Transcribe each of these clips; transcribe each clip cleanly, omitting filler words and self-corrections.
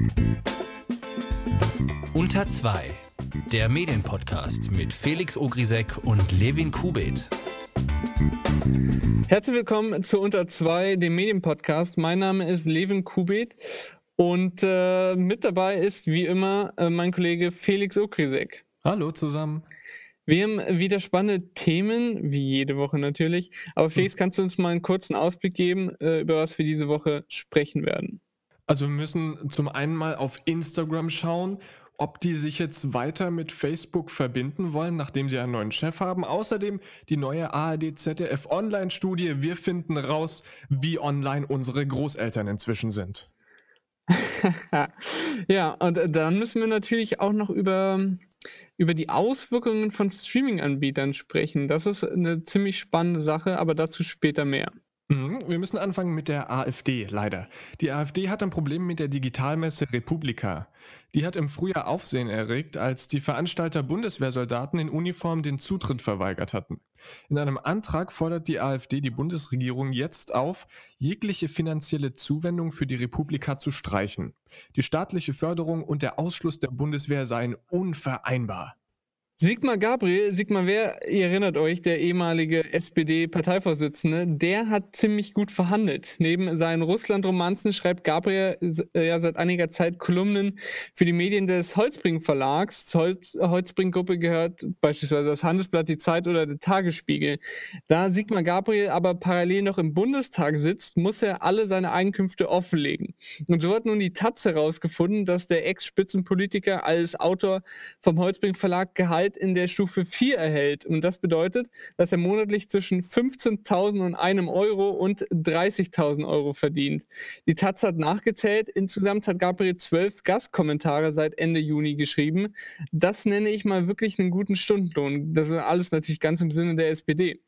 Unter 2, der Medienpodcast mit Felix Ogrisek und Levin Kubit. Herzlich willkommen zu Unter 2, dem Medienpodcast. Mein Name ist Levin Kubit und mit dabei ist wie immer mein Kollege Felix Ogrisek. Hallo zusammen. Wir haben wieder spannende Themen, wie jede Woche natürlich. Aber Felix, kannst du uns mal einen kurzen Ausblick geben, über was wir diese Woche sprechen werden? Also wir müssen zum einen mal auf Instagram schauen, ob die sich jetzt weiter mit Facebook verbinden wollen, nachdem sie einen neuen Chef haben. Außerdem die neue ARD-ZDF-Online-Studie. Wir finden raus, wie online unsere Großeltern inzwischen sind. Ja, und dann müssen wir natürlich auch noch über die Auswirkungen von Streaming-Anbietern sprechen. Das ist eine ziemlich spannende Sache, aber dazu später mehr. Wir müssen anfangen mit der AfD, leider. Die AfD hat ein Problem mit der Digitalmesse Republika. Die hat im Frühjahr Aufsehen erregt, als die Veranstalter Bundeswehrsoldaten in Uniform den Zutritt verweigert hatten. In einem Antrag fordert die AfD die Bundesregierung jetzt auf, jegliche finanzielle Zuwendung für die Republika zu streichen. Die staatliche Förderung und der Ausschluss der Bundeswehr seien unvereinbar. Sigmar Gabriel, ihr erinnert euch, der ehemalige SPD-Parteivorsitzende, der hat ziemlich gut verhandelt. Neben seinen Russland-Romanzen schreibt Gabriel ja seit einiger Zeit Kolumnen für die Medien des Holtzbrinck Verlags. Zur Holtzbrinck-Gruppe gehört beispielsweise das Handelsblatt, die Zeit oder der Tagesspiegel. Da Sigmar Gabriel aber parallel noch im Bundestag sitzt, muss er alle seine Einkünfte offenlegen. Und so hat nun die Taz herausgefunden, dass der Ex-Spitzenpolitiker als Autor vom Holtzbrinck Verlag Gehalt in der Stufe 4 erhält. Und das bedeutet, dass er monatlich zwischen 15.000 und einem Euro und 30.000 Euro verdient. Die Taz hat nachgezählt. Insgesamt hat Gabriel 12 Gastkommentare seit Ende Juni geschrieben. Das nenne ich mal wirklich einen guten Stundenlohn. Das ist alles natürlich ganz im Sinne der SPD.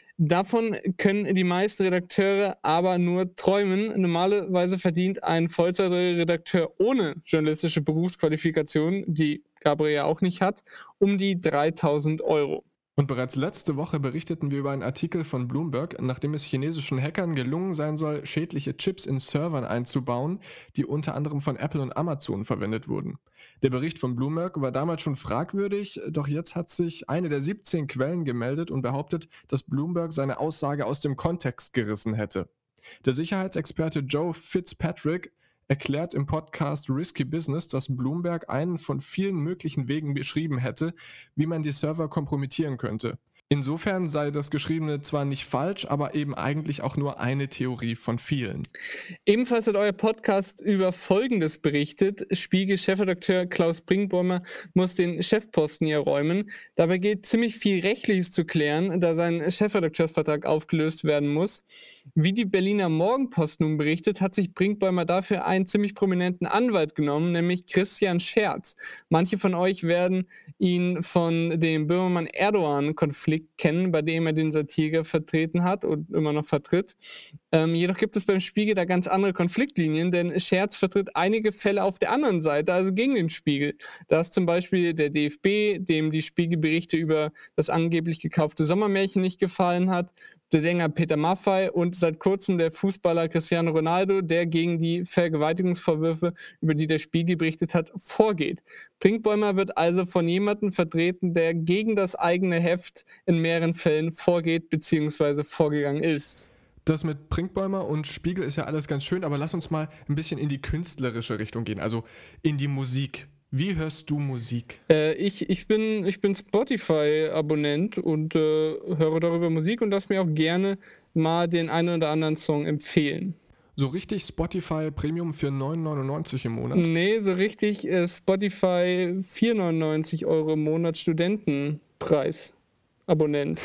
Davon können die meisten Redakteure aber nur träumen. Normalerweise verdient ein Vollzeitredakteur ohne journalistische Berufsqualifikation, die Gabriel ja auch nicht hat, um die 3.000 Euro. Und bereits letzte Woche berichteten wir über einen Artikel von Bloomberg, nachdem es chinesischen Hackern gelungen sein soll, schädliche Chips in Servern einzubauen, die unter anderem von Apple und Amazon verwendet wurden. Der Bericht von Bloomberg war damals schon fragwürdig, doch jetzt hat sich eine der 17 Quellen gemeldet und behauptet, dass Bloomberg seine Aussage aus dem Kontext gerissen hätte. Der Sicherheitsexperte Joe Fitzpatrick erklärt im Podcast Risky Business, dass Bloomberg einen von vielen möglichen Wegen beschrieben hätte, wie man die Server kompromittieren könnte. Insofern sei das Geschriebene zwar nicht falsch, aber eben eigentlich auch nur eine Theorie von vielen. Ebenfalls hat euer Podcast über Folgendes berichtet. Spiegel-Chefredakteur Klaus Brinkbäumer muss den Chefposten hier räumen. Dabei gilt ziemlich viel Rechtliches zu klären, da sein Chefredakteursvertrag aufgelöst werden muss. Wie die Berliner Morgenpost nun berichtet, hat sich Brinkbäumer dafür einen ziemlich prominenten Anwalt genommen, nämlich Christian Scherz. Manche von euch werden ihn von dem Böhmermann-Erdogan-Konflikt kennen, bei dem er den Satire vertreten hat und immer noch vertritt. Jedoch gibt es beim Spiegel da ganz andere Konfliktlinien, denn Scherz vertritt einige Fälle auf der anderen Seite, also gegen den Spiegel. Da ist zum Beispiel der DFB, dem die Spiegelberichte über das angeblich gekaufte Sommermärchen nicht gefallen hat, der Sänger Peter Maffay und seit kurzem der Fußballer Cristiano Ronaldo, der gegen die Vergewaltigungsvorwürfe, über die der Spiegel berichtet hat, vorgeht. Brinkbäumer wird also von jemandem vertreten, der gegen das eigene Heft in mehreren Fällen vorgeht bzw. vorgegangen ist. Das mit Brinkbäumer und Spiegel ist ja alles ganz schön, aber lass uns mal ein bisschen in die künstlerische Richtung gehen, also in die Musik. Wie hörst du Musik? Ich bin Spotify-Abonnent und höre darüber Musik und lass mir auch gerne mal den einen oder anderen Song empfehlen. So richtig Spotify Premium für 9,99 im Monat? Nee, so richtig Spotify 4,99 Euro im Monat Studentenpreis. Abonnent.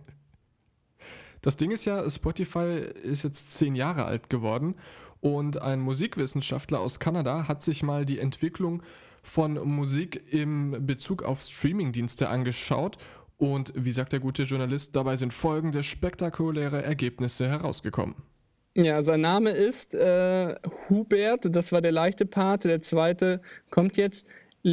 Das Ding ist ja, Spotify ist jetzt 10 Jahre alt geworden und ein Musikwissenschaftler aus Kanada hat sich mal die Entwicklung von Musik im Bezug auf Streamingdienste angeschaut und, wie sagt der gute Journalist, dabei sind folgende spektakuläre Ergebnisse herausgekommen. Ja, sein Name ist Hubert, das war der leichte Part, der zweite kommt jetzt,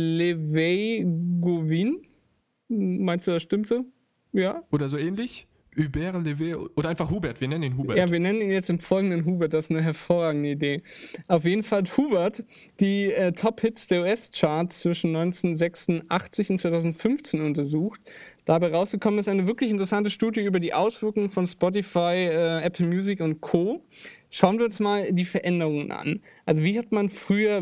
Levey Govin. Meinst du, das stimmt so? Ja. Oder so ähnlich? Hubert Levé oder einfach Hubert, wir nennen ihn Hubert. Ja, wir nennen ihn jetzt im Folgenden Hubert, das ist eine hervorragende Idee. Auf jeden Fall hat Hubert die Top-Hits der US-Charts zwischen 1986 und 2015 untersucht. Dabei rausgekommen ist eine wirklich interessante Studie über die Auswirkungen von Spotify, Apple Music und Co. Schauen wir uns mal die Veränderungen an. Also wie ist man früher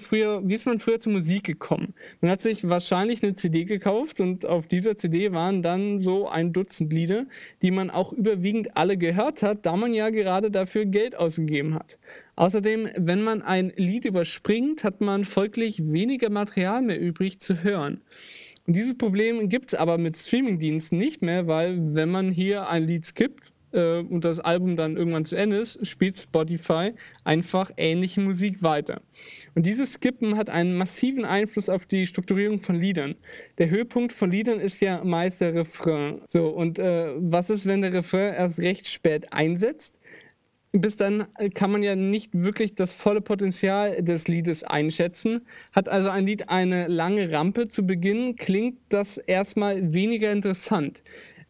zur Musik gekommen? Man hat sich wahrscheinlich eine CD gekauft und auf dieser CD waren dann so ein Dutzend Lieder, die man auch überwiegend alle gehört hat, da man ja gerade dafür Geld ausgegeben hat. Außerdem, wenn man ein Lied überspringt, hat man folglich weniger Material mehr übrig zu hören. Und dieses Problem gibt es aber mit Streamingdiensten nicht mehr, weil wenn man hier ein Lied skippt und das Album dann irgendwann zu Ende ist, spielt Spotify einfach ähnliche Musik weiter. Und dieses Skippen hat einen massiven Einfluss auf die Strukturierung von Liedern. Der Höhepunkt von Liedern ist ja meist der Refrain. So, und was ist, wenn der Refrain erst recht spät einsetzt? Bis dann kann man ja nicht wirklich das volle Potenzial des Liedes einschätzen. Hat also ein Lied eine lange Rampe zu Beginn, klingt das erstmal weniger interessant.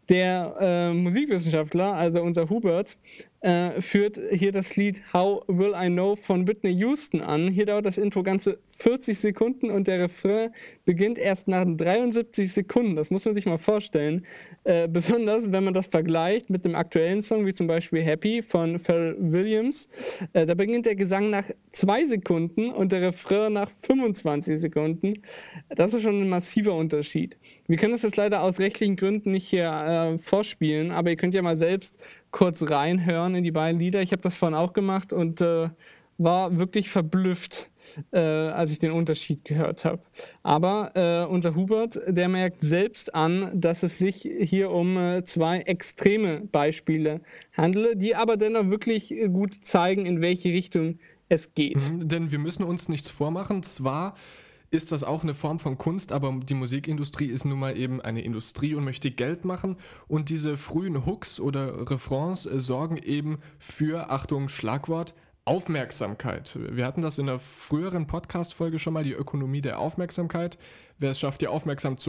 Der Musikwissenschaftler, also unser Hubert, führt hier das Lied How Will I Know von Whitney Houston an. Hier dauert das Intro ganze 40 Sekunden und der Refrain beginnt erst nach 73 Sekunden. Das muss man sich mal vorstellen. Besonders, wenn man das vergleicht mit dem aktuellen Song, wie zum Beispiel Happy von Pharrell Williams. Da beginnt der Gesang nach 2 Sekunden und der Refrain nach 25 Sekunden. Das ist schon ein massiver Unterschied. Wir können das jetzt leider aus rechtlichen Gründen nicht hier vorspielen, aber ihr könnt ja mal selbst kurz reinhören in die beiden Lieder. Ich habe das vorhin auch gemacht und war wirklich verblüfft, als ich den Unterschied gehört habe. Aber unser Hubert, der merkt selbst an, dass es sich hier um 2 extreme Beispiele handelt, die aber dennoch wirklich gut zeigen, in welche Richtung es geht. Denn wir müssen uns nichts vormachen. Zwar ist das auch eine Form von Kunst, aber die Musikindustrie ist nun mal eben eine Industrie und möchte Geld machen und diese frühen Hooks oder Refrains sorgen eben für, Achtung, Schlagwort, Aufmerksamkeit. Wir hatten das in einer früheren Podcast-Folge schon mal, die Ökonomie der Aufmerksamkeit. Wer es schafft, die Aufmerksamkeit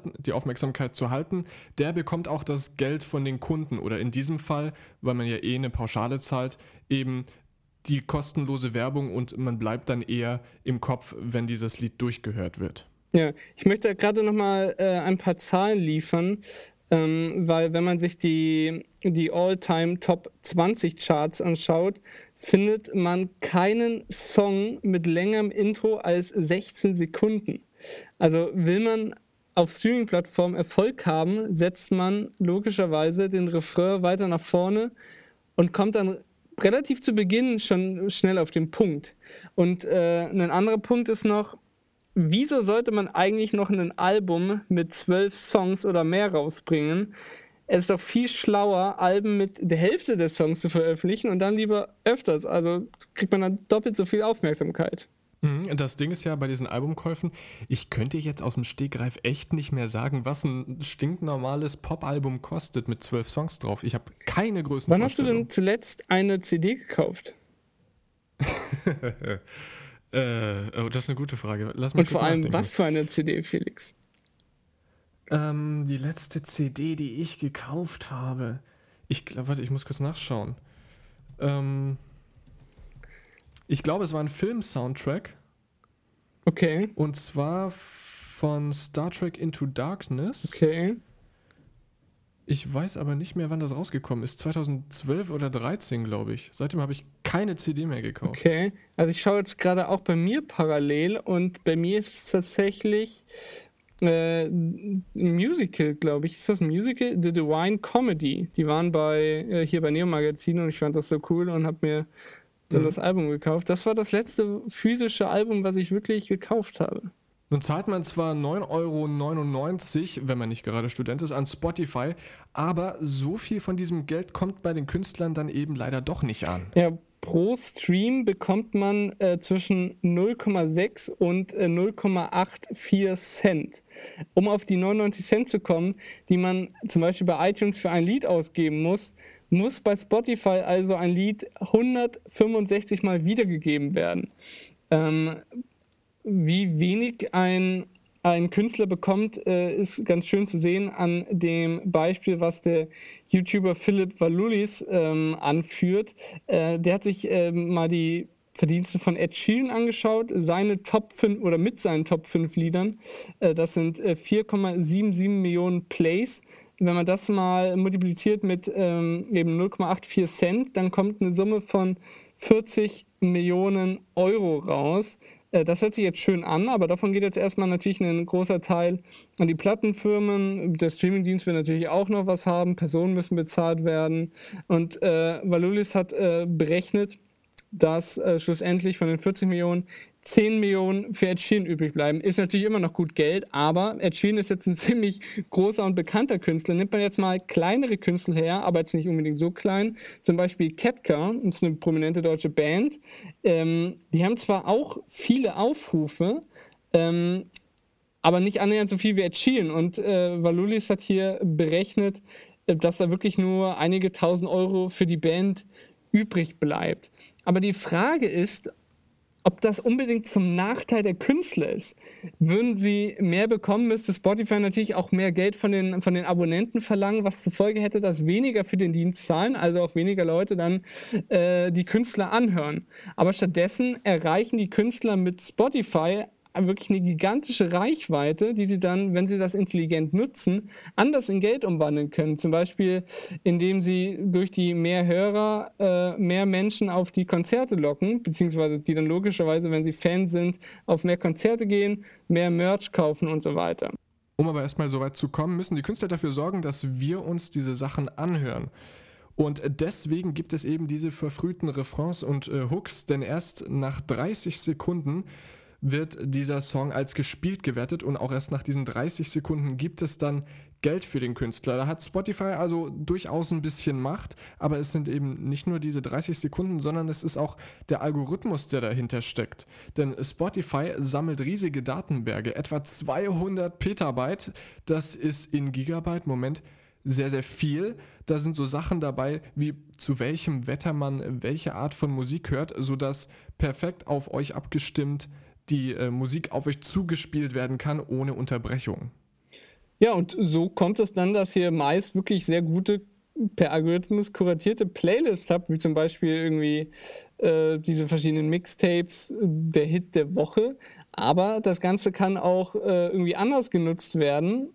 zu halten, der bekommt auch das Geld von den Kunden oder in diesem Fall, weil man ja eine Pauschale zahlt, eben die kostenlose Werbung und man bleibt dann eher im Kopf, wenn dieses Lied durchgehört wird. Ja, ich möchte gerade nochmal ein paar Zahlen liefern, weil wenn man sich die All-Time Top 20 Charts anschaut, findet man keinen Song mit längerem Intro als 16 Sekunden. Also will man auf Streaming-Plattformen Erfolg haben, setzt man logischerweise den Refrain weiter nach vorne und kommt dann relativ zu Beginn schon schnell auf den Punkt. Und ein anderer Punkt ist noch, wieso sollte man eigentlich noch ein Album mit 12 Songs oder mehr rausbringen? Es ist doch viel schlauer, Alben mit der Hälfte der Songs zu veröffentlichen und dann lieber öfters. Also kriegt man dann doppelt so viel Aufmerksamkeit. Das Ding ist ja bei diesen Albumkäufen, ich könnte jetzt aus dem Stegreif echt nicht mehr sagen, was ein stinknormales Popalbum kostet mit 12 Songs drauf. Ich habe keine Größenvorstellung. Wann hast du denn zuletzt eine CD gekauft? Oh, das ist eine gute Frage. Lass mal und vor allem, was für eine CD, Felix? Die letzte CD, die ich gekauft habe. Warte, ich muss kurz nachschauen. Ich glaube, es war ein Film-Soundtrack. Okay. Und zwar von Star Trek Into Darkness. Okay. Ich weiß aber nicht mehr, wann das rausgekommen ist. 2012 oder 2013, glaube ich. Seitdem habe ich keine CD mehr gekauft. Okay. Also ich schaue jetzt gerade auch bei mir parallel und bei mir ist es tatsächlich ein Musical, glaube ich. Ist das ein Musical? The Divine Comedy. Die waren hier bei Neo Magazin und ich fand das so cool und habe mir dann das Album gekauft. Das war das letzte physische Album, was ich wirklich gekauft habe. Nun zahlt man zwar 9,99 €, wenn man nicht gerade Student ist, an Spotify, aber so viel von diesem Geld kommt bei den Künstlern dann eben leider doch nicht an. Ja, pro Stream bekommt man zwischen 0,6 und 0,84 Cent. Um auf die 99 Cent zu kommen, die man zum Beispiel bei iTunes für ein Lied ausgeben muss bei Spotify also ein Lied 165 Mal wiedergegeben werden. Wie wenig ein ein Künstler bekommt, ist ganz schön zu sehen an dem Beispiel, was der YouTuber Philipp Valulis anführt. Der hat sich mal die Verdienste von Ed Sheeran angeschaut, seine Top 5 oder mit seinen Top 5 Liedern. Das sind 4,77 Millionen Plays. Wenn man das mal multipliziert mit eben 0,84 Cent, dann kommt eine Summe von 40 Millionen Euro raus. Das hört sich jetzt schön an, aber davon geht jetzt erstmal natürlich ein großer Teil an die Plattenfirmen. Der Streamingdienst will natürlich auch noch was haben, Personen müssen bezahlt werden. Und Valulis hat berechnet, dass schlussendlich von den 40 Millionen 10 Millionen für Ed Sheeran übrig bleiben. Ist natürlich immer noch gut Geld, aber Ed Sheeran ist jetzt ein ziemlich großer und bekannter Künstler. Nimmt man jetzt mal kleinere Künstler her, aber jetzt nicht unbedingt so klein, zum Beispiel Ketka, das ist eine prominente deutsche Band. Die haben zwar auch viele Aufrufe, aber nicht annähernd so viel wie Ed Sheeran. Und Valulis hat hier berechnet, dass da wirklich nur einige tausend Euro für die Band übrig bleibt. Aber die Frage ist, ob das unbedingt zum Nachteil der Künstler ist. Würden sie mehr bekommen, müsste Spotify natürlich auch mehr Geld von den Abonnenten verlangen, was zur Folge hätte, dass weniger für den Dienst zahlen, also auch weniger Leute dann die Künstler anhören. Aber stattdessen erreichen die Künstler mit Spotify wirklich eine gigantische Reichweite, die sie dann, wenn sie das intelligent nutzen, anders in Geld umwandeln können. Zum Beispiel, indem sie durch die mehr Hörer mehr Menschen auf die Konzerte locken, beziehungsweise die dann logischerweise, wenn sie Fans sind, auf mehr Konzerte gehen, mehr Merch kaufen und so weiter. Um aber erstmal so weit zu kommen, müssen die Künstler dafür sorgen, dass wir uns diese Sachen anhören. Und deswegen gibt es eben diese verfrühten Refrains und Hooks, denn erst nach 30 Sekunden wird dieser Song als gespielt gewertet und auch erst nach diesen 30 Sekunden gibt es dann Geld für den Künstler. Da hat Spotify also durchaus ein bisschen Macht, aber es sind eben nicht nur diese 30 Sekunden, sondern es ist auch der Algorithmus, der dahinter steckt. Denn Spotify sammelt riesige Datenberge, etwa 200 Petabyte, das ist in Gigabyte, Moment, sehr, sehr viel. Da sind so Sachen dabei, wie zu welchem Wetter man welche Art von Musik hört, sodass perfekt auf euch abgestimmt die Musik auf euch zugespielt werden kann, ohne Unterbrechung. Ja, und so kommt es dann, dass ihr meist wirklich sehr gute, per Algorithmus kuratierte Playlists habt, wie zum Beispiel irgendwie diese verschiedenen Mixtapes, der Hit der Woche. Aber das Ganze kann auch irgendwie anders genutzt werden.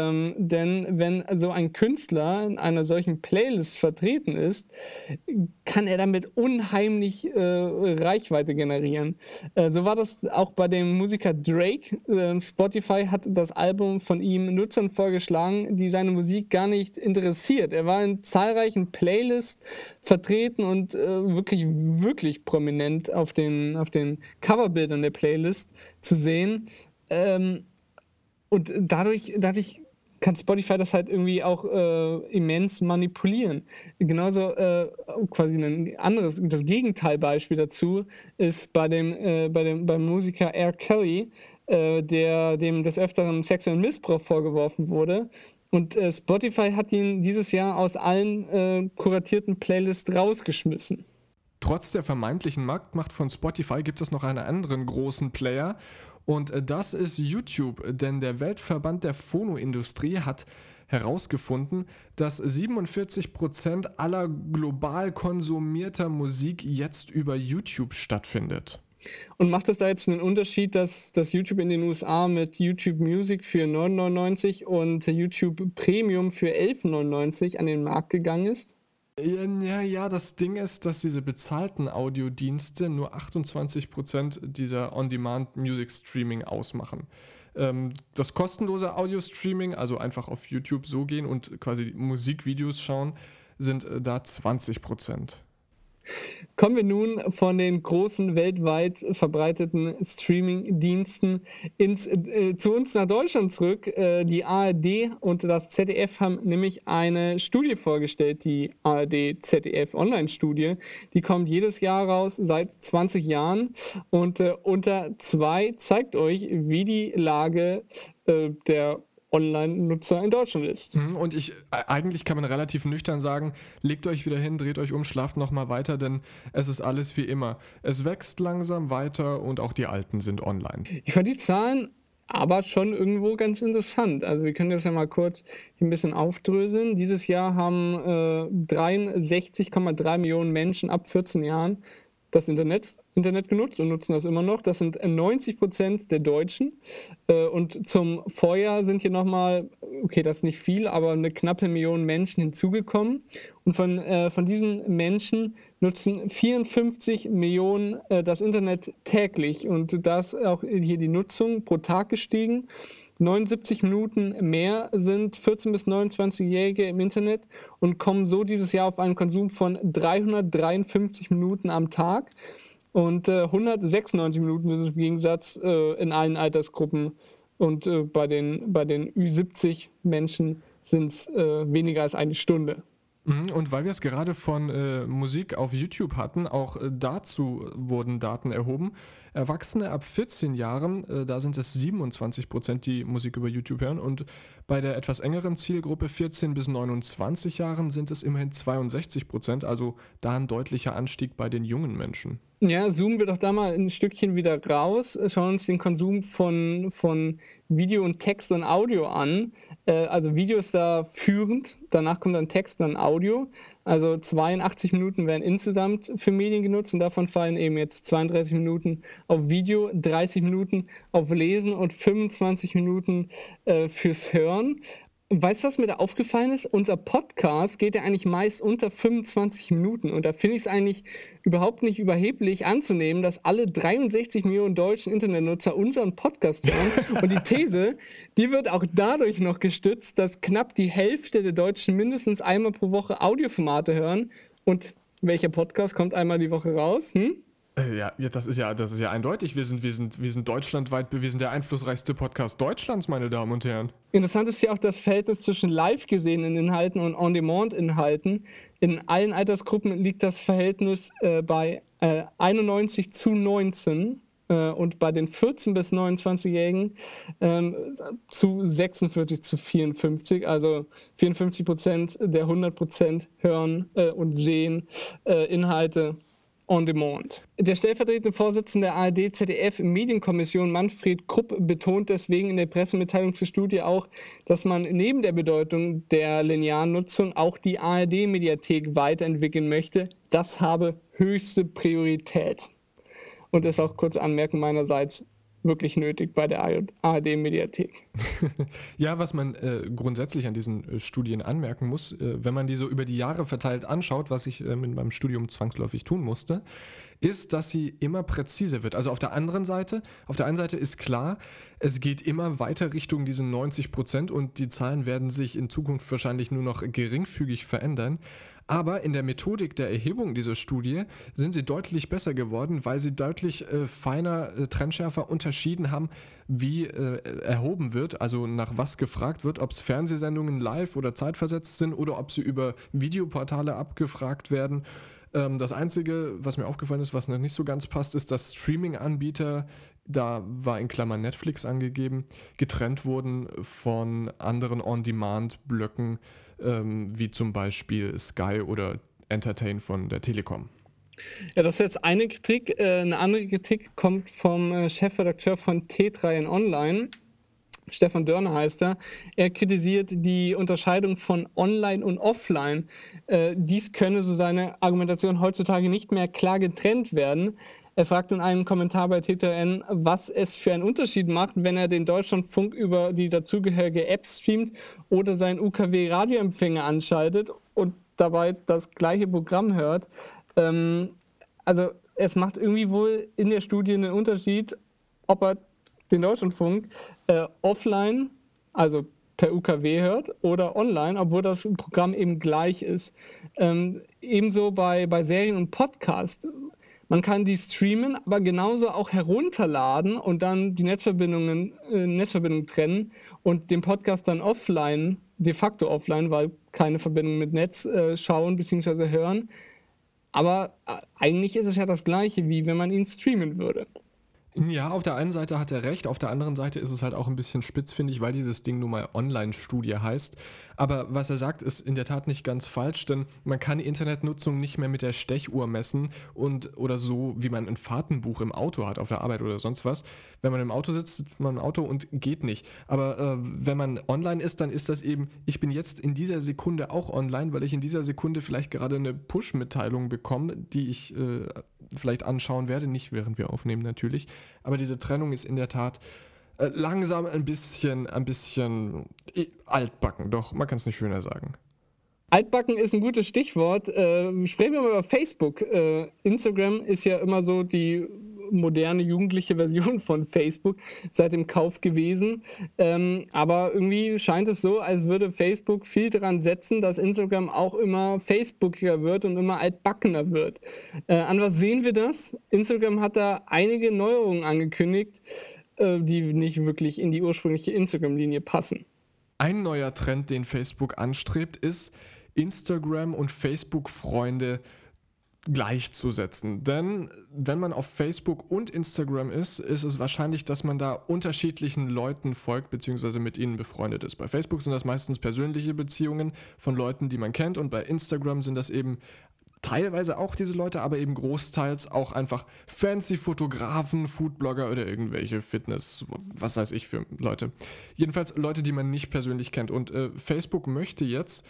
Denn wenn so ein Künstler in einer solchen Playlist vertreten ist, kann er damit unheimlich Reichweite generieren. So war das auch bei dem Musiker Drake. Spotify hat das Album von ihm Nutzern vorgeschlagen, die seine Musik gar nicht interessiert. Er war in zahlreichen Playlists vertreten und wirklich, wirklich prominent auf den Coverbildern der Playlist zu sehen. Und dadurch kann Spotify das halt irgendwie auch immens manipulieren. Genauso quasi das Gegenteilbeispiel dazu ist beim Musiker R. Kelly, dem des Öfteren sexuellen Missbrauch vorgeworfen wurde. Und Spotify hat ihn dieses Jahr aus allen kuratierten Playlists rausgeschmissen. Trotz der vermeintlichen Marktmacht von Spotify gibt es noch einen anderen großen Player. Und das ist YouTube, denn der Weltverband der Phonoindustrie hat herausgefunden, dass 47% aller global konsumierter Musik jetzt über YouTube stattfindet. Und macht es da jetzt einen Unterschied, dass YouTube in den USA mit YouTube Music für 9,99 und YouTube Premium für 11,99 an den Markt gegangen ist? Ja, das Ding ist, dass diese bezahlten Audiodienste nur 28% dieser On-Demand-Music-Streaming ausmachen. Das kostenlose Audio-Streaming, also einfach auf YouTube so gehen und quasi Musikvideos schauen, sind da 20%. Kommen wir nun von den großen weltweit verbreiteten Streaming-Diensten zu uns nach Deutschland zurück. Die ARD und das ZDF haben nämlich eine Studie vorgestellt, die ARD-ZDF-Online-Studie. Die kommt jedes Jahr raus, seit 20 Jahren. Und unter 2 zeigt euch, wie die Lage der Online-Nutzer in Deutschland ist. Und eigentlich kann man relativ nüchtern sagen, legt euch wieder hin, dreht euch um, schlaft nochmal weiter, denn es ist alles wie immer. Es wächst langsam weiter und auch die Alten sind online. Ich fand die Zahlen Aber schon irgendwo ganz interessant. Also wir können das ja mal kurz ein bisschen aufdröseln. Dieses Jahr haben 63,3 Millionen Menschen ab 14 Jahren das Internet genutzt und nutzen das immer noch. Das sind 90% der Deutschen. Und zum Vorjahr sind hier nochmal, okay, das ist nicht viel, aber eine knappe Million Menschen hinzugekommen. Und von diesen Menschen nutzen 54 Millionen das Internet täglich. Und da ist auch hier die Nutzung pro Tag gestiegen. 79 Minuten mehr sind 14- bis 29-Jährige im Internet und kommen so dieses Jahr auf einen Konsum von 353 Minuten am Tag. Und 196 Minuten sind es im Gegensatz in allen Altersgruppen. Und bei den Ü70 Menschen sind es weniger als eine Stunde. Und weil wir es gerade von Musik auf YouTube hatten, auch dazu wurden Daten erhoben. Erwachsene ab 14 Jahren, da sind es 27%, die Musik über YouTube hören. Und bei der etwas engeren Zielgruppe 14 bis 29 Jahren sind es immerhin 62%, also da ein deutlicher Anstieg bei den jungen Menschen. Ja, zoomen wir doch da mal ein Stückchen wieder raus, schauen uns den Konsum von Video und Text und Audio an. Also Video ist da führend, danach kommt dann Text und dann Audio. Also 82 Minuten werden insgesamt für Medien genutzt und davon fallen eben jetzt 32 Minuten auf Video, 30 Minuten auf Lesen und 25 Minuten fürs Hören. Und weißt du, was mir da aufgefallen ist? Unser Podcast geht ja eigentlich meist unter 25 Minuten. Und da finde ich es eigentlich überhaupt nicht überheblich anzunehmen, dass alle 63 Millionen deutschen Internetnutzer unseren Podcast hören. Und die These, die wird auch dadurch noch gestützt, dass knapp die Hälfte der Deutschen mindestens einmal pro Woche Audioformate hören. Und welcher Podcast kommt einmal die Woche raus? Ja, das ist ja eindeutig. Wir sind deutschlandweit, wir sind der einflussreichste Podcast Deutschlands, meine Damen und Herren. Interessant ist ja auch das Verhältnis zwischen live gesehenen Inhalten und On-Demand-Inhalten. In allen Altersgruppen liegt das Verhältnis bei 91:19 und bei den 14- bis 29-Jährigen zu 46:54. Also 54% der 100% hören und sehen Inhalte on demand. Der stellvertretende Vorsitzende der ARD-ZDF-Medienkommission Manfred Krupp betont deswegen in der Pressemitteilung zur Studie auch, dass man neben der Bedeutung der linearen Nutzung auch die ARD-Mediathek weiterentwickeln möchte. Das habe höchste Priorität. Und das ist auch kurz Anmerken meinerseits wirklich nötig bei der ARD-Mediathek. Ja, was man grundsätzlich an diesen Studien anmerken muss, wenn man die so über die Jahre verteilt anschaut, was ich mit meinem Studium zwangsläufig tun musste, ist, dass sie immer präziser wird. Also auf der einen Seite ist klar, es geht immer weiter Richtung diesen 90% und die Zahlen werden sich in Zukunft wahrscheinlich nur noch geringfügig verändern. Aber in der Methodik der Erhebung dieser Studie sind sie deutlich besser geworden, weil sie deutlich feiner, trennschärfer unterschieden haben, wie erhoben wird, also nach was gefragt wird, ob es Fernsehsendungen live oder zeitversetzt sind oder ob sie über Videoportale abgefragt werden. Das Einzige, was mir aufgefallen ist, was noch nicht so ganz passt, ist, dass Streaming-Anbieter, da war in Klammern Netflix angegeben, getrennt wurden von anderen On-Demand-Blöcken, wie zum Beispiel Sky oder Entertain von der Telekom. Ja, das ist jetzt eine Kritik. Eine andere Kritik kommt vom Chefredakteur von T3N Online. Stefan Dörner heißt er. Er kritisiert die Unterscheidung von Online und Offline. Dies könne, so seine Argumentation, heutzutage nicht mehr klar getrennt werden. Er fragt in einem Kommentar bei T3N, was es für einen Unterschied macht, wenn er den Deutschlandfunk über die dazugehörige App streamt oder seinen UKW-Radioempfänger anschaltet und dabei das gleiche Programm hört. Also es macht irgendwie wohl in der Studie einen Unterschied, ob er den Deutschlandfunk offline, also per UKW hört, oder online, obwohl das Programm eben gleich ist. Ebenso bei Serien und Podcasts. Man kann die streamen, aber genauso auch herunterladen und dann die Netzverbindung trennen und den Podcast dann offline, de facto offline, weil keine Verbindung mit Netz schauen bzw. hören. Aber eigentlich ist es ja das Gleiche, wie wenn man ihn streamen würde. Ja, auf der einen Seite hat er recht, auf der anderen Seite ist es halt auch ein bisschen spitzfindig, weil dieses Ding nun mal Online-Studie heißt. Aber was er sagt, ist in der Tat nicht ganz falsch, denn man kann die Internetnutzung nicht mehr mit der Stechuhr messen oder so, wie man ein Fahrtenbuch im Auto hat, auf der Arbeit oder sonst was. Wenn man im Auto sitzt man im Auto und geht nicht. Aber wenn man online ist, dann ist das eben, ich bin jetzt in dieser Sekunde auch online, weil ich in dieser Sekunde vielleicht gerade eine Push-Mitteilung bekomme, die ich vielleicht anschauen werde, nicht während wir aufnehmen natürlich. Aber diese Trennung ist in der Tat langsam ein bisschen altbacken, doch, man kann es nicht schöner sagen. Altbacken ist ein gutes Stichwort. Sprechen wir mal über Facebook. Instagram ist ja immer so die moderne jugendliche Version von Facebook seit dem Kauf gewesen. Aber irgendwie scheint es so, als würde Facebook viel daran setzen, dass Instagram auch immer Facebookiger wird und immer altbackener wird. An was sehen wir das? Instagram hat da einige Neuerungen angekündigt, die nicht wirklich in die ursprüngliche Instagram-Linie passen. Ein neuer Trend, den Facebook anstrebt, ist, Instagram und Facebook-Freunde gleichzusetzen. Denn wenn man auf Facebook und Instagram ist es wahrscheinlich, dass man da unterschiedlichen Leuten folgt bzw. mit ihnen befreundet ist. Bei Facebook sind das meistens persönliche Beziehungen von Leuten, die man kennt, und bei Instagram sind das eben teilweise auch diese Leute, aber eben großteils auch einfach fancy Fotografen, Foodblogger oder irgendwelche Fitness, was weiß ich für Leute. Jedenfalls Leute, die man nicht persönlich kennt. Und Facebook möchte jetzt,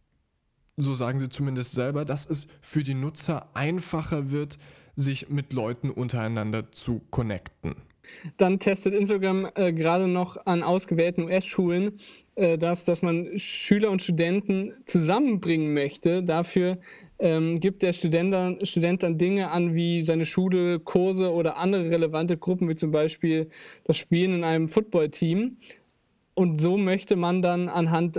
so sagen sie zumindest selber, dass es für die Nutzer einfacher wird, sich mit Leuten untereinander zu connecten. Dann testet Instagram gerade noch an ausgewählten US-Schulen, dass man Schüler und Studenten zusammenbringen möchte. Dafür gibt der Student dann Dinge an wie seine Schule, Kurse oder andere relevante Gruppen, wie zum Beispiel das Spielen in einem Footballteam. Und so möchte man dann anhand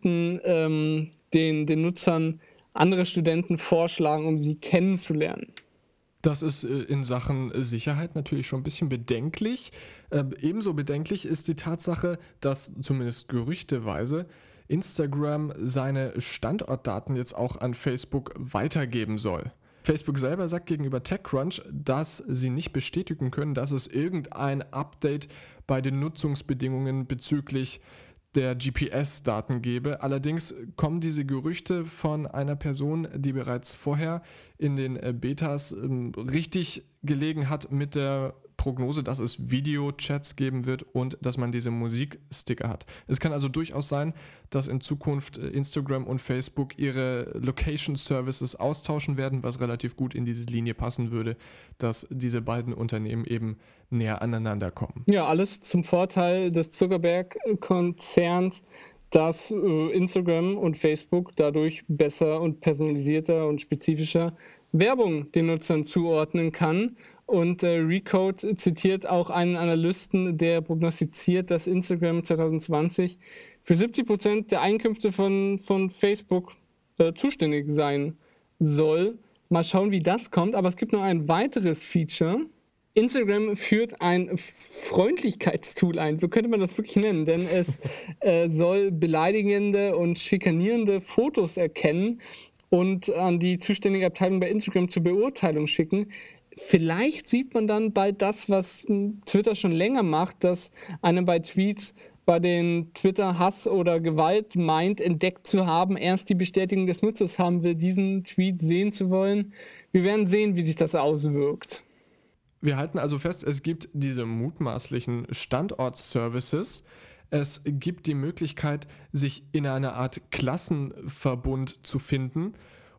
Listen den Nutzern andere Studenten vorschlagen, um sie kennenzulernen. Das ist in Sachen Sicherheit natürlich schon ein bisschen bedenklich. Ebenso bedenklich ist die Tatsache, dass zumindest gerüchteweise Instagram seine Standortdaten jetzt auch an Facebook weitergeben soll. Facebook selber sagt gegenüber TechCrunch, dass sie nicht bestätigen können, dass es irgendein Update bei den Nutzungsbedingungen bezüglich der GPS-Daten gebe. Allerdings kommen diese Gerüchte von einer Person, die bereits vorher in den Betas richtig gelegen hat mit der Prognose, dass es Videochats geben wird und dass man diese Musiksticker hat. Es kann also durchaus sein, dass in Zukunft Instagram und Facebook ihre Location-Services austauschen werden, was relativ gut in diese Linie passen würde, dass diese beiden Unternehmen eben näher aneinander kommen. Ja, alles zum Vorteil des Zuckerberg-Konzerns, dass Instagram und Facebook dadurch besser und personalisierter und spezifischer Werbung den Nutzern zuordnen kann. Und Recode zitiert auch einen Analysten, der prognostiziert, dass Instagram 2020 für 70% der Einkünfte von Facebook zuständig sein soll. Mal schauen, wie das kommt. Aber es gibt noch ein weiteres Feature. Instagram führt ein Freundlichkeitstool ein, so könnte man das wirklich nennen, denn es soll beleidigende und schikanierende Fotos erkennen und an die zuständige Abteilung bei Instagram zur Beurteilung schicken. Vielleicht sieht man dann bald das, was Twitter schon länger macht, dass einem bei Tweets bei den Twitter Hass oder Gewalt meint, entdeckt zu haben, erst die Bestätigung des Nutzers haben will, diesen Tweet sehen zu wollen. Wir werden sehen, wie sich das auswirkt. Wir halten also fest, es gibt diese mutmaßlichen Standortservices. Es gibt die Möglichkeit, sich in einer Art Klassenverbund zu finden.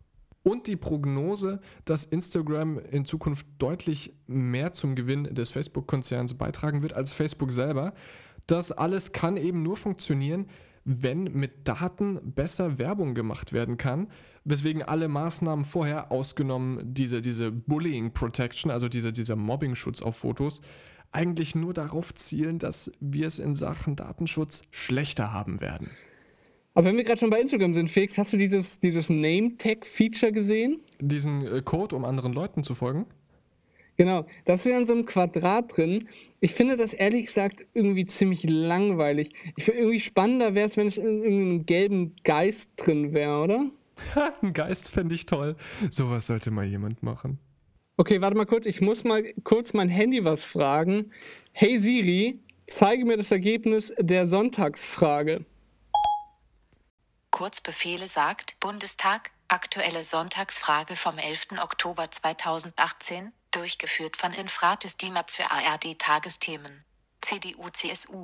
Und die Prognose, dass Instagram in Zukunft deutlich mehr zum Gewinn des Facebook-Konzerns beitragen wird als Facebook selber. Das alles kann eben nur funktionieren, wenn mit Daten besser Werbung gemacht werden kann, weswegen alle Maßnahmen vorher, ausgenommen diese Bullying Protection, also dieser Mobbing-Schutz auf Fotos, eigentlich nur darauf zielen, dass wir es in Sachen Datenschutz schlechter haben werden. Aber wenn wir gerade schon bei Instagram sind, Felix, hast du dieses Name-Tag-Feature gesehen? Diesen Code, um anderen Leuten zu folgen? Genau, das ist ja in so einem Quadrat drin. Ich finde das ehrlich gesagt irgendwie ziemlich langweilig. Ich finde irgendwie spannender wäre es, wenn es in irgendeinem gelben Geist drin wäre, oder? Ein Geist fände ich toll. Sowas sollte mal jemand machen. Okay, warte mal kurz. Ich muss mal kurz mein Handy was fragen. Hey Siri, zeige mir das Ergebnis der Sonntagsfrage. Kurzbefehle sagt Bundestag, aktuelle Sonntagsfrage vom 11. Oktober 2018, durchgeführt von Infrates DIMAP für ARD-Tagesthemen. CDU/CSU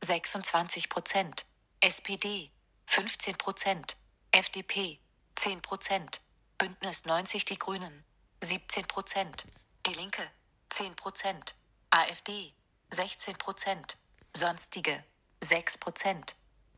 26%, SPD 15%, FDP 10%, Bündnis 90 Die Grünen 17%, Die Linke 10%, AfD 16%, Sonstige 6%.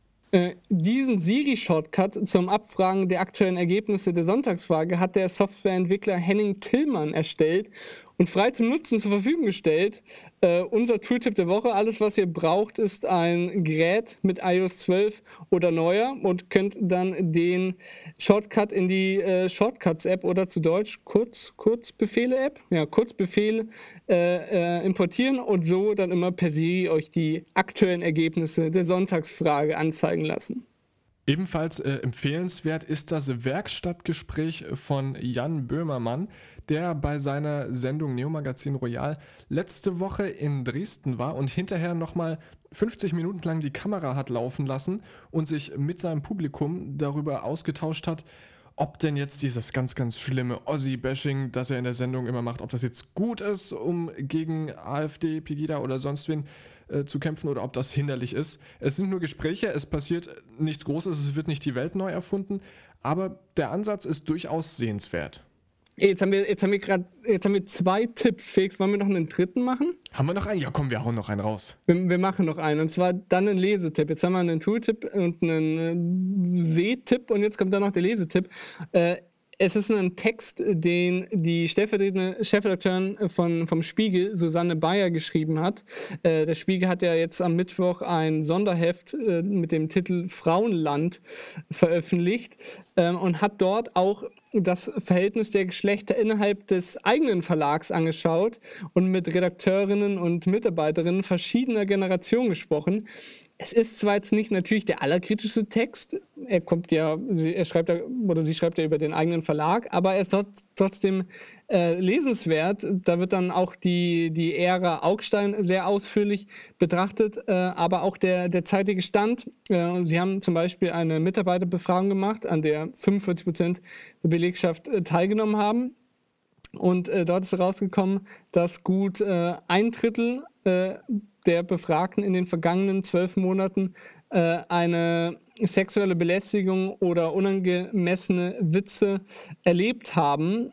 Diesen Siri-Shortcut zum Abfragen der aktuellen Ergebnisse der Sonntagsfrage hat der Softwareentwickler Henning Tillmann erstellt und frei zum Nutzen zur Verfügung gestellt. Unser Tooltip der Woche: Alles, was ihr braucht, ist ein Gerät mit iOS 12 oder neuer und könnt dann den Shortcut in die Shortcuts-App oder zu Deutsch Kurzbefehle-App, Kurzbefehle importieren und so dann immer per Siri euch die aktuellen Ergebnisse der Sonntagsfrage anzeigen lassen. Ebenfalls empfehlenswert ist das Werkstattgespräch von Jan Böhmermann, der bei seiner Sendung Neo Magazin Royal letzte Woche in Dresden war und hinterher nochmal 50 Minuten lang die Kamera hat laufen lassen und sich mit seinem Publikum darüber ausgetauscht hat, ob denn jetzt dieses ganz, ganz schlimme Ossi-Bashing, das er in der Sendung immer macht, ob das jetzt gut ist, um gegen AfD, Pegida oder sonst wen zu kämpfen oder ob das hinderlich ist. Es sind nur Gespräche, es passiert nichts Großes, es wird nicht die Welt neu erfunden, aber der Ansatz ist durchaus sehenswert. Jetzt haben wir 2 Tipps. Felix, wollen wir noch einen dritten machen? Haben wir noch einen? Ja, komm, wir hauen noch einen raus. Wir machen noch einen, und zwar dann einen Lesetipp. Jetzt haben wir einen Tooltip und einen Sehtipp und jetzt kommt dann noch der Lesetipp. Es ist ein Text, den die stellvertretende Chefredakteurin vom Spiegel, Susanne Bayer, geschrieben hat. Der Spiegel hat ja jetzt am Mittwoch ein Sonderheft mit dem Titel Frauenland veröffentlicht und hat dort auch das Verhältnis der Geschlechter innerhalb des eigenen Verlags angeschaut und mit Redakteurinnen und Mitarbeiterinnen verschiedener Generationen gesprochen. Es ist zwar jetzt nicht natürlich der allerkritischste Text, sie schreibt ja über den eigenen Verlag, aber er ist trotzdem lesenswert. Da wird dann auch die Ära Augstein sehr ausführlich betrachtet, aber auch der zeitige Stand. Sie haben zum Beispiel eine Mitarbeiterbefragung gemacht, an der 45% der Belegschaft teilgenommen haben. Und dort ist herausgekommen, dass gut 1/3 der Befragten in den vergangenen 12 Monaten eine sexuelle Belästigung oder unangemessene Witze erlebt haben.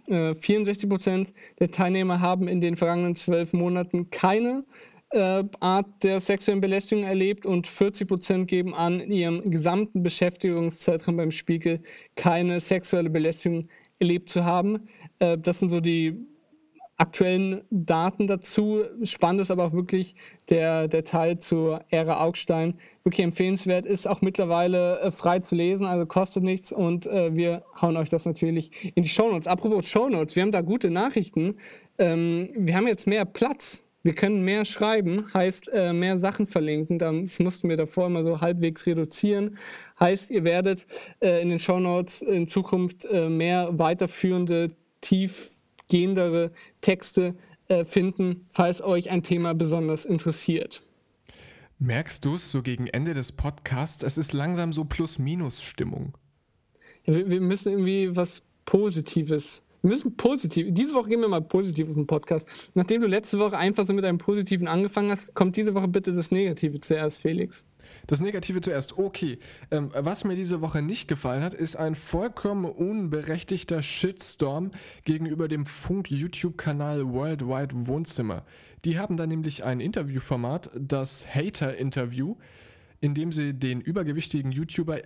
64% der Teilnehmer haben in den vergangenen 12 Monaten keine Art der sexuellen Belästigung erlebt und 40% geben an, in ihrem gesamten Beschäftigungszeitraum beim Spiegel keine sexuelle Belästigung erlebt zu haben. Das sind so die aktuellen Daten dazu. Spannend ist aber auch wirklich der Teil zur Ära Augstein. Wirklich empfehlenswert, ist auch mittlerweile frei zu lesen, also kostet nichts und wir hauen euch das natürlich in die Shownotes. Apropos Shownotes, wir haben da gute Nachrichten. Wir haben jetzt mehr Platz. Wir können mehr schreiben, heißt mehr Sachen verlinken. Das mussten wir davor immer so halbwegs reduzieren. Heißt, ihr werdet in den Shownotes in Zukunft mehr weiterführende, tiefgehendere Texte finden, falls euch ein Thema besonders interessiert. Merkst du es so gegen Ende des Podcasts? Es ist langsam so Plus-Minus-Stimmung. Ja, wir müssen irgendwie was Positives. Wir müssen positiv. Diese Woche gehen wir mal positiv auf den Podcast. Nachdem du letzte Woche einfach so mit einem Positiven angefangen hast, kommt diese Woche bitte das Negative zuerst, Felix. Das Negative zuerst, okay. Was mir diese Woche nicht gefallen hat, ist ein vollkommen unberechtigter Shitstorm gegenüber dem Funk-YouTube-Kanal Worldwide Wohnzimmer. Die haben da nämlich ein Interviewformat, das Hater-Interview, in dem sie den übergewichtigen YouTuber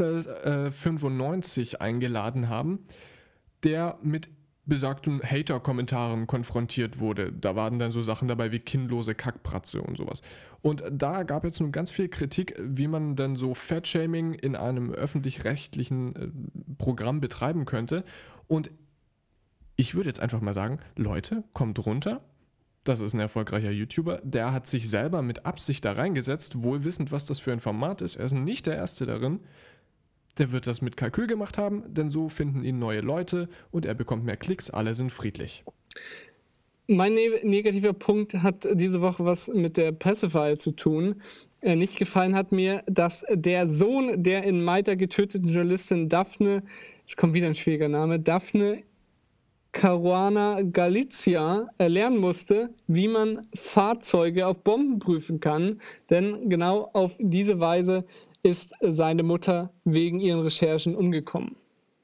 Axel95 eingeladen haben, der mit besagten Hater-Kommentaren konfrontiert wurde. Da waren dann so Sachen dabei wie kinnlose Kackbratze und sowas. Und da gab jetzt nun ganz viel Kritik, wie man dann so Fat-Shaming in einem öffentlich-rechtlichen Programm betreiben könnte. Und ich würde jetzt einfach mal sagen, Leute, kommt runter. Das ist ein erfolgreicher YouTuber. Der hat sich selber mit Absicht da reingesetzt, wohl wissend, was das für ein Format ist. Er ist nicht der Erste darin. Der wird das mit Kalkül gemacht haben, denn so finden ihn neue Leute und er bekommt mehr Klicks, alle sind friedlich. Mein negativer Punkt hat diese Woche was mit der Pressefreiheit zu tun. Nicht gefallen hat mir, dass der Sohn der in Malta getöteten Journalistin Daphne, es kommt wieder ein schwieriger Name, Daphne Caruana Galizia lernen musste, wie man Fahrzeuge auf Bomben prüfen kann. Denn genau auf diese Weise ist seine Mutter wegen ihren Recherchen umgekommen.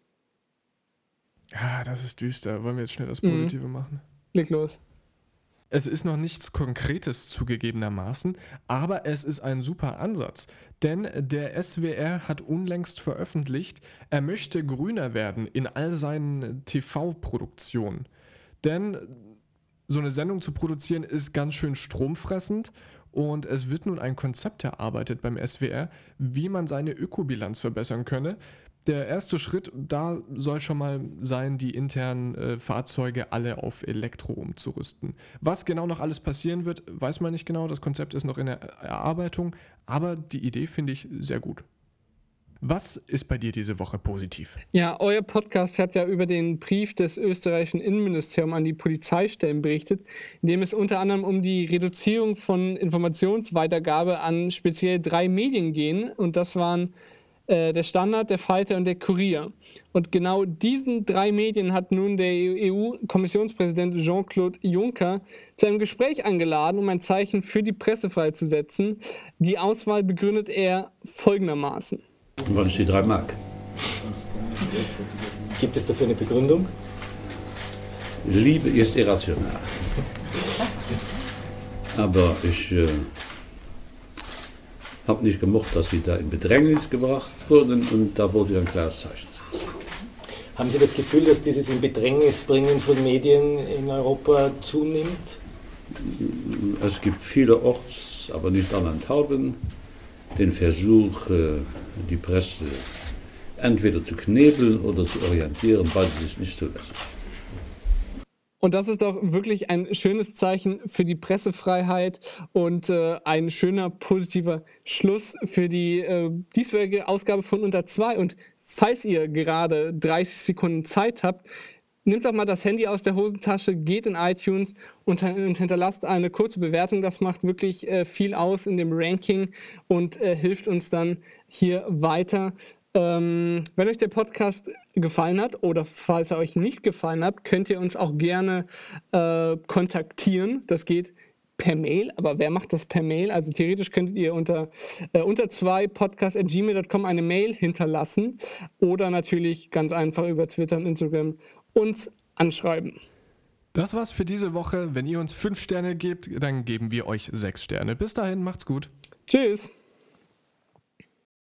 Ja, das ist düster. Wollen wir jetzt schnell das Positive machen? Leg los. Es ist noch nichts Konkretes zugegebenermaßen, aber es ist ein super Ansatz. Denn der SWR hat unlängst veröffentlicht, er möchte grüner werden in all seinen TV-Produktionen. Denn so eine Sendung zu produzieren ist ganz schön stromfressend und es wird nun ein Konzept erarbeitet beim SWR, wie man seine Ökobilanz verbessern könne. Der erste Schritt, da soll schon mal sein, die internen Fahrzeuge alle auf Elektro umzurüsten. Was genau noch alles passieren wird, weiß man nicht genau. Das Konzept ist noch in der Erarbeitung, aber die Idee finde ich sehr gut. Was ist bei dir diese Woche positiv? Ja, euer Podcast hat ja über den Brief des österreichischen Innenministeriums an die Polizeistellen berichtet, in dem es unter anderem um die Reduzierung von Informationsweitergabe an speziell 3 Medien ging. Und das waren der Standard, der Falter und der Kurier. Und genau diesen 3 Medien hat nun der EU-Kommissionspräsident Jean-Claude Juncker zu einem Gespräch eingeladen, um ein Zeichen für die Pressefreiheit zu setzen. Die Auswahl begründet er folgendermaßen. Und was ist die 3 Mark? Gibt es dafür eine Begründung? Liebe ist irrational. Aber ich habe nicht gemocht, dass sie da in Bedrängnis gebracht wurden und da wollte ich ein klares Zeichen setzen. Haben Sie das Gefühl, dass dieses in Bedrängnis bringen von Medien in Europa zunimmt? Es gibt vielerorts, aber nicht allenthalben, den Versuch, die Presse entweder zu knebeln oder zu orientieren, weil sie es nicht zulassen. Und das ist doch wirklich ein schönes Zeichen für die Pressefreiheit und ein schöner, positiver Schluss für die diesjährige Ausgabe von Unter 2. Und falls ihr gerade 30 Sekunden Zeit habt, nehmt doch mal das Handy aus der Hosentasche, geht in iTunes und hinterlasst eine kurze Bewertung. Das macht wirklich viel aus in dem Ranking und hilft uns dann hier weiter. Wenn euch der Podcast gefallen hat oder falls er euch nicht gefallen hat, könnt ihr uns auch gerne kontaktieren. Das geht per Mail, aber wer macht das per Mail? Also theoretisch könntet ihr unter 2podcast@gmail.com eine Mail hinterlassen oder natürlich ganz einfach über Twitter und Instagram uns anschreiben. Das war's für diese Woche. Wenn ihr uns 5 Sterne gebt, dann geben wir euch 6 Sterne. Bis dahin, macht's gut. Tschüss.